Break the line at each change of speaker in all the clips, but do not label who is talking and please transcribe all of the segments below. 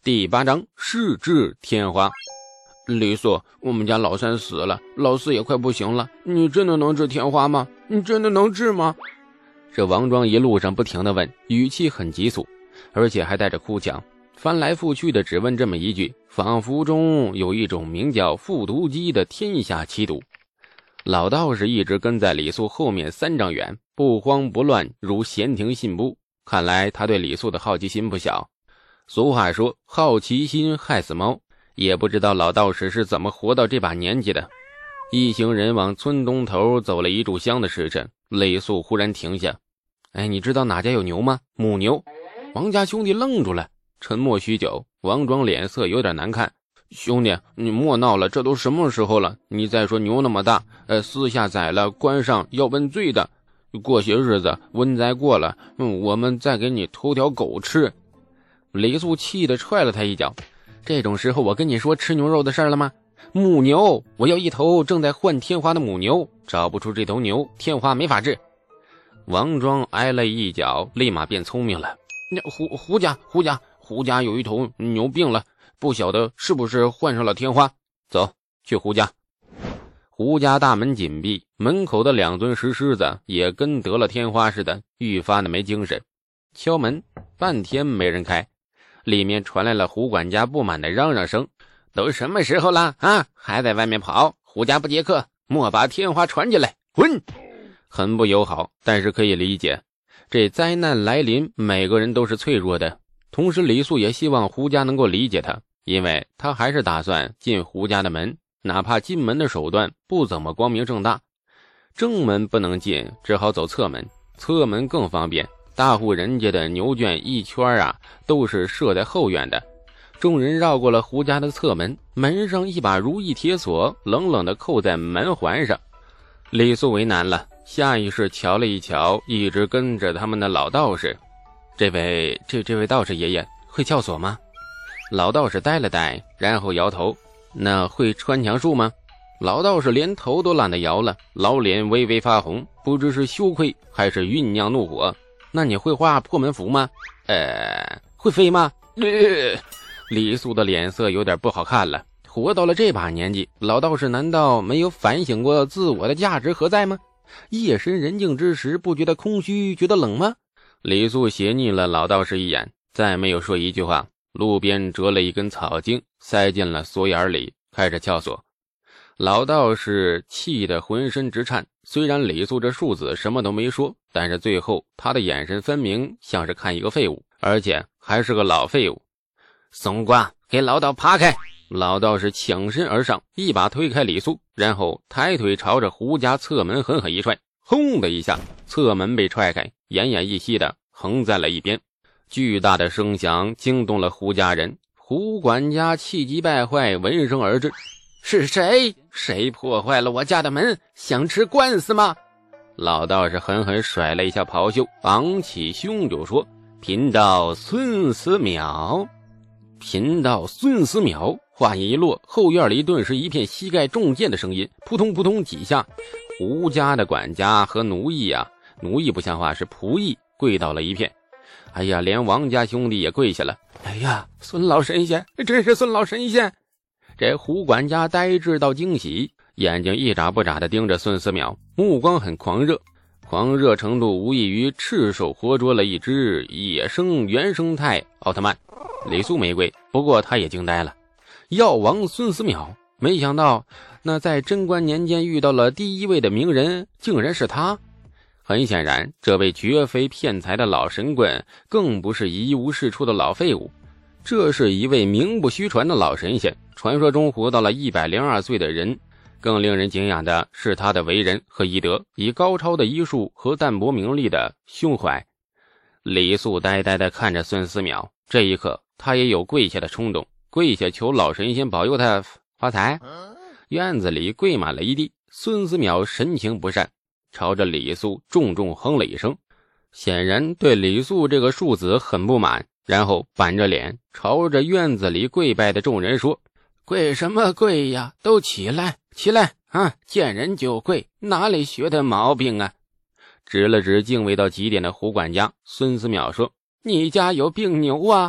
第8章世治天花。李素，我们家老三死了，老四也快不行了，你真的能治天花吗？你真的能治吗？这王庄一路上不停地问，语气很急促，而且还带着哭腔，翻来覆去的只问这么一句，仿佛中有一种名叫复读机的天下奇毒。老道士一直跟在李素后面3丈远，不慌不乱，如闲庭信步。看来他对李素的好奇心不小。俗话说，好奇心害死猫，也不知道老道士是怎么活到这把年纪的。一行人往村东头走了一炷香的时辰，李素忽然停下。你知道哪家有牛吗？母牛。王家兄弟愣住了，沉默许久，王庄脸色有点难看。兄弟，你莫闹了，这都什么时候了？你再说牛那么大，私下宰了关上要问罪的。过些日子瘟灾过了，我们再给你偷条狗吃。李素气得踹了他一脚。这种时候我跟你说吃牛肉的事了吗？母牛，我要一头正在换天花的母牛，找不出这头牛，天花没法治。王庄挨了一脚，立马变聪明了。胡家有一头牛病了，不晓得是不是患上了天花。走，去胡家。胡家大门紧闭，门口的2尊石狮子也跟得了天花似的，愈发的没精神。敲门，半天没人开，里面传来了胡管家不满的嚷嚷声：都什么时候了啊，还在外面跑，胡家不接客，莫把天花传进来，滚！很不友好，但是可以理解，这灾难来临，每个人都是脆弱的。同时李素也希望胡家能够理解他，因为他还是打算进胡家的门，哪怕进门的手段不怎么光明正大。正门不能进，只好走侧门，侧门更方便，大户人家的牛圈一圈都是设在后院的。众人绕过了胡家的侧门，门上一把如意铁锁冷冷地扣在门环上。李素为难了，下意识瞧了一瞧一直跟着他们的老道士。这位道士爷爷会撬锁吗？老道士呆了呆，然后摇头。那会穿墙术吗？老道士连头都懒得摇了，老脸微微发红，不知是羞愧还是酝酿怒火。那你会画破门符吗？会飞吗？李素的脸色有点不好看了。活到了这把年纪，老道士难道没有反省过自我的价值何在吗？夜深人静之时，不觉得空虚，觉得冷吗？李素斜睨了老道士一眼，再没有说一句话。路边折了一根草茎，塞进了锁眼里，开始撬锁。老道士气得浑身直颤，虽然李素这庶子什么都没说，但是最后他的眼神分明像是看一个废物，而且还是个老废物。怂瓜，给老道爬开！老道士抢身而上，一把推开李素，然后抬腿朝着胡家侧门狠狠一踹，轰的一下，侧门被踹开，奄奄一息的横在了一边。巨大的声响惊动了胡家人，胡管家气急败坏，闻声而至。是谁？谁破坏了我家的门？想吃官司吗？老道士狠狠甩了一下袍袖，昂起胸就说：贫道孙思邈。贫道孙思邈。话音一落，后院里顿时一片膝盖中箭的声音，扑通扑通几下，胡家的管家和奴役奴役不像话，是仆役跪倒了一片。连王家兄弟也跪下了。孙老神仙，真是孙老神仙！这胡管家呆滞到惊喜，眼睛一眨不眨地盯着孙思邈，目光很狂热，狂热程度无异于赤手活捉了一只野生原生态奥特曼。李素没跪，不过他也惊呆了。药王孙思邈，没想到那在贞观年间遇到了第一位的名人，竟然是他。很显然，这位绝非骗财的老神棍，更不是一无是处的老废物，这是一位名不虚传的老神仙，传说中活到了102岁的人。更令人敬仰的是他的为人和医德，以高超的医术和淡泊名利的胸怀。李素呆呆地看着孙思邈，这一刻他也有跪下的冲动，跪下求老神仙保佑他发财。院子里跪满了一地，孙思邈神情不善，朝着李素重重哼了一声，显然对李素这个庶子很不满，然后板着脸朝着院子里跪拜的众人说：跪什么跪呀，都起来起来啊！见人就跪，哪里学的毛病啊？指了指敬畏到极点的胡管家，孙思邈说：你家有病牛啊？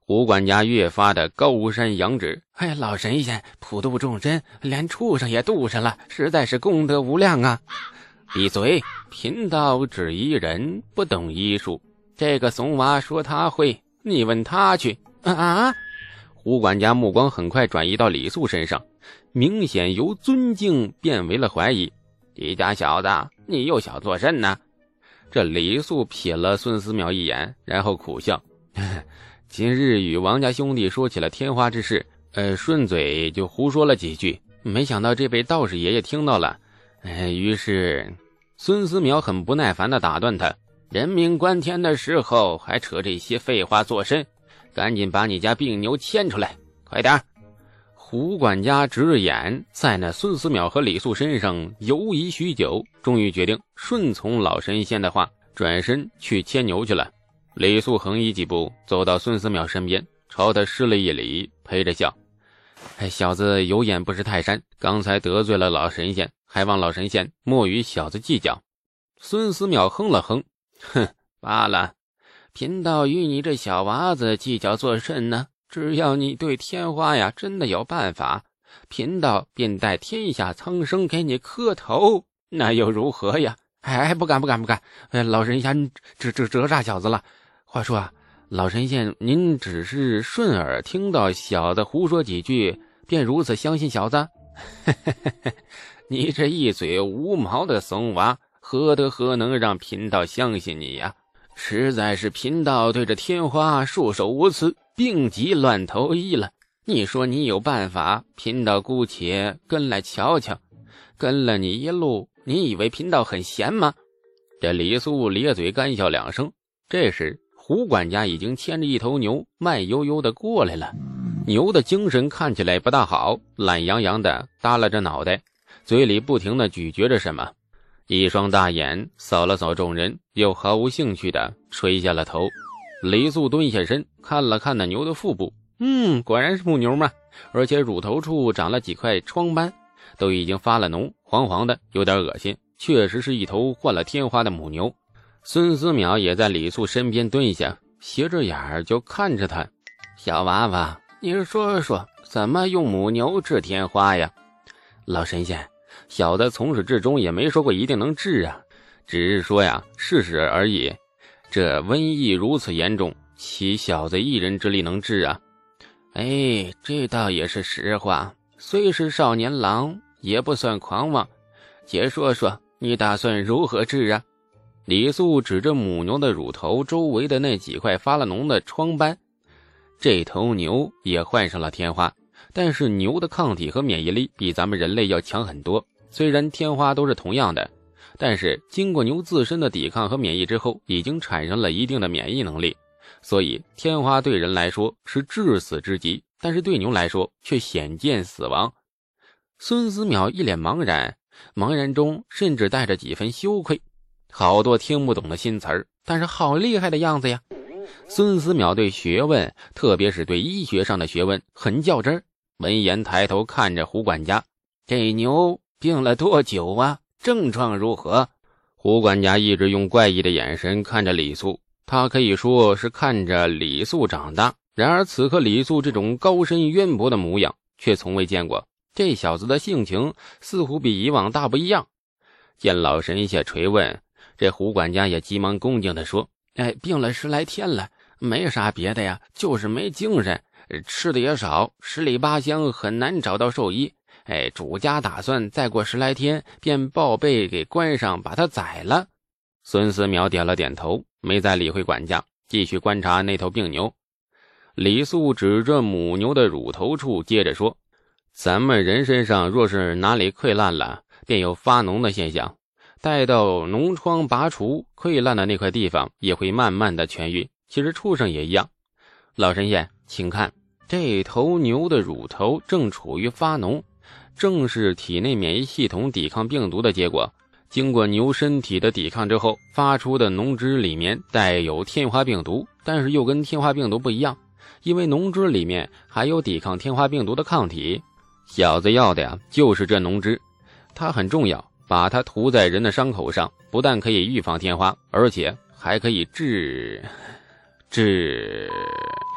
胡管家越发的高山仰止，老神仙普度众生，连畜生也渡上了，实在是功德无量啊！闭嘴！贫道只医人，不懂医术。这个怂娃说他会，你问他去。胡管家目光很快转移到李素身上，明显由尊敬变为了怀疑。你家小子，你又想做甚呢？这李素瞥了孙思邈一眼，然后苦笑。今日与王家兄弟说起了天花之事，顺嘴就胡说了几句，没想到这位道士爷爷听到了，于是孙思邈很不耐烦地打断他，人命关天的时候还扯这些废话作甚，赶紧把你家病牛牵出来，快点！胡管家直着眼在那孙思邈和李素身上游移许久，终于决定顺从老神仙的话，转身去牵牛去了。李素横移几步走到孙思邈身边，朝他施了一礼，陪着笑。小子有眼不识泰山，刚才得罪了老神仙，还望老神仙莫与小子计较。孙思邈哼了哼，罢了，贫道与你这小娃子计较作甚呢？只要你对天花呀真的有办法，贫道便带天下苍生给你磕头，那又如何呀？不敢，老神仙这啥小子了？话说啊，老神仙您只是顺耳听到小子胡说几句，便如此相信小子？你这一嘴无毛的怂娃，何能让贫道相信你呀？实在是贫道对着天花束手无策，病急乱投医了。你说你有办法，贫道姑且跟来瞧瞧。跟了你一路，你以为贫道很闲吗？这李素咧嘴干笑两声。这时胡管家已经牵着一头牛慢悠悠的过来了，牛的精神看起来不大好，懒洋洋的耷拉着脑袋，嘴里不停的咀嚼着什么，一双大眼扫了扫众人，又毫无兴趣的垂下了头。李素蹲下身看了看那牛的腹部，果然是母牛嘛，而且乳头处长了几块疮斑，都已经发了脓，黄黄的，有点恶心，确实是一头患了天花的母牛。孙思邈也在李素身边蹲下，斜着眼儿就看着他。小娃娃，你说说怎么用母牛治天花呀？老神仙，小的从始至终也没说过一定能治啊，只是说呀，试试而已。这瘟疫如此严重，岂小子一人之力能治啊？这倒也是实话，虽是少年郎，也不算狂妄。且说说你打算如何治啊？李素指着母牛的乳头周围的那几块发了脓的疮斑。这头牛也患上了天花，但是牛的抗体和免疫力比咱们人类要强很多。虽然天花都是同样的，但是经过牛自身的抵抗和免疫之后，已经产生了一定的免疫能力，所以天花对人来说是致死之疾，但是对牛来说却显见死亡。孙思邈一脸茫然，茫然中甚至带着几分羞愧，好多听不懂的新词儿，但是好厉害的样子呀。孙思邈对学问，特别是对医学上的学问很较真儿。闻言抬头看着胡管家，这牛病了多久啊？症状如何？胡管家一直用怪异的眼神看着李素，他可以说是看着李素长大，然而此刻李素这种高深渊博的模样却从未见过。这小子的性情似乎比以往大不一样。见老神仙垂问，这胡管家也急忙恭敬地说，病了10来天了，没啥别的呀，就是没精神，吃的也少，10里8乡很难找到兽医。主家打算再过10来天便报备给官上把他宰了。孙思邈点了点头，没再理会管家，继续观察那头病牛。李素指着母牛的乳头处接着说，咱们人身上若是哪里溃烂了，便有发脓的现象，待到脓疮拔除，溃烂的那块地方也会慢慢的痊愈。其实畜生也一样。老神仙，请看，这头牛的乳头正处于发脓，正是体内免疫系统抵抗病毒的结果。经过牛身体的抵抗之后发出的脓汁里面带有天花病毒，但是又跟天花病毒不一样，因为脓汁里面还有抵抗天花病毒的抗体。小子要的呀就是这脓汁，它很重要，把它涂在人的伤口上，不但可以预防天花，而且还可以治。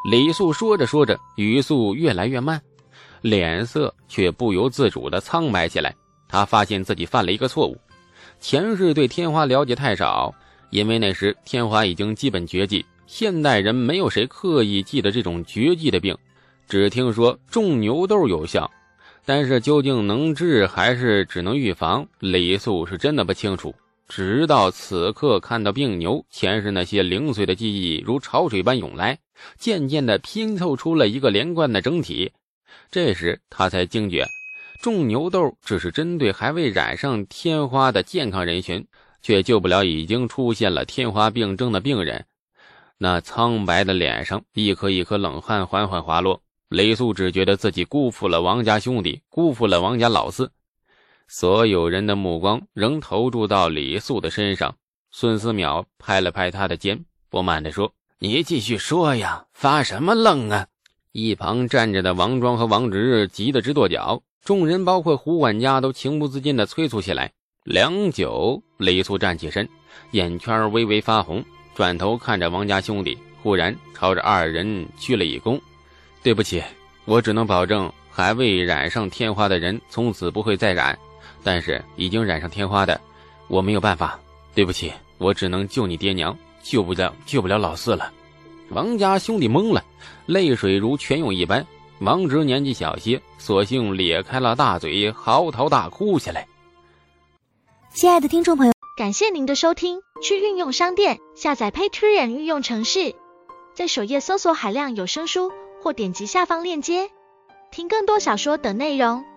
李素说着说着，语速越来越慢，脸色却不由自主地苍白起来。他发现自己犯了一个错误，前世对天花了解太少，因为那时天花已经基本绝迹，现代人没有谁刻意记得这种绝迹的病，只听说种牛痘有效，但是究竟能治还是只能预防，李素是真的不清楚。直到此刻看到病牛，前世那些零碎的记忆如潮水般涌来，渐渐地拼凑出了一个连贯的整体。这时他才惊觉，种牛痘只是针对还未染上天花的健康人群，却救不了已经出现了天花病症的病人。那苍白的脸上一颗一颗冷汗缓缓滑落，雷素只觉得自己辜负了王家兄弟，辜负了王家老四。所有人的目光仍投注到李素的身上。孙思邈拍了拍他的肩，不满地说：“你继续说呀，发什么愣啊？”一旁站着的王庄和王直急得直跺脚，众人包括胡管家都情不自禁地催促起来。良久，李素站起身，眼圈微微发红，转头看着王家兄弟，忽然朝着二人鞠了一躬：“对不起，我只能保证还未染上天花的人从此不会再染，但是已经染上天花的，我没有办法，对不起，我只能救你爹娘，救不了老四了。”王家兄弟懵了，泪水如泉涌一般。王直年纪小些，索性咧开了大嘴，嚎啕大哭起来。
亲爱的听众朋友，感谢您的收听，去运用商店下载 Patreon 运用程式，在首页搜索海量有声书，或点击下方链接听更多小说等内容。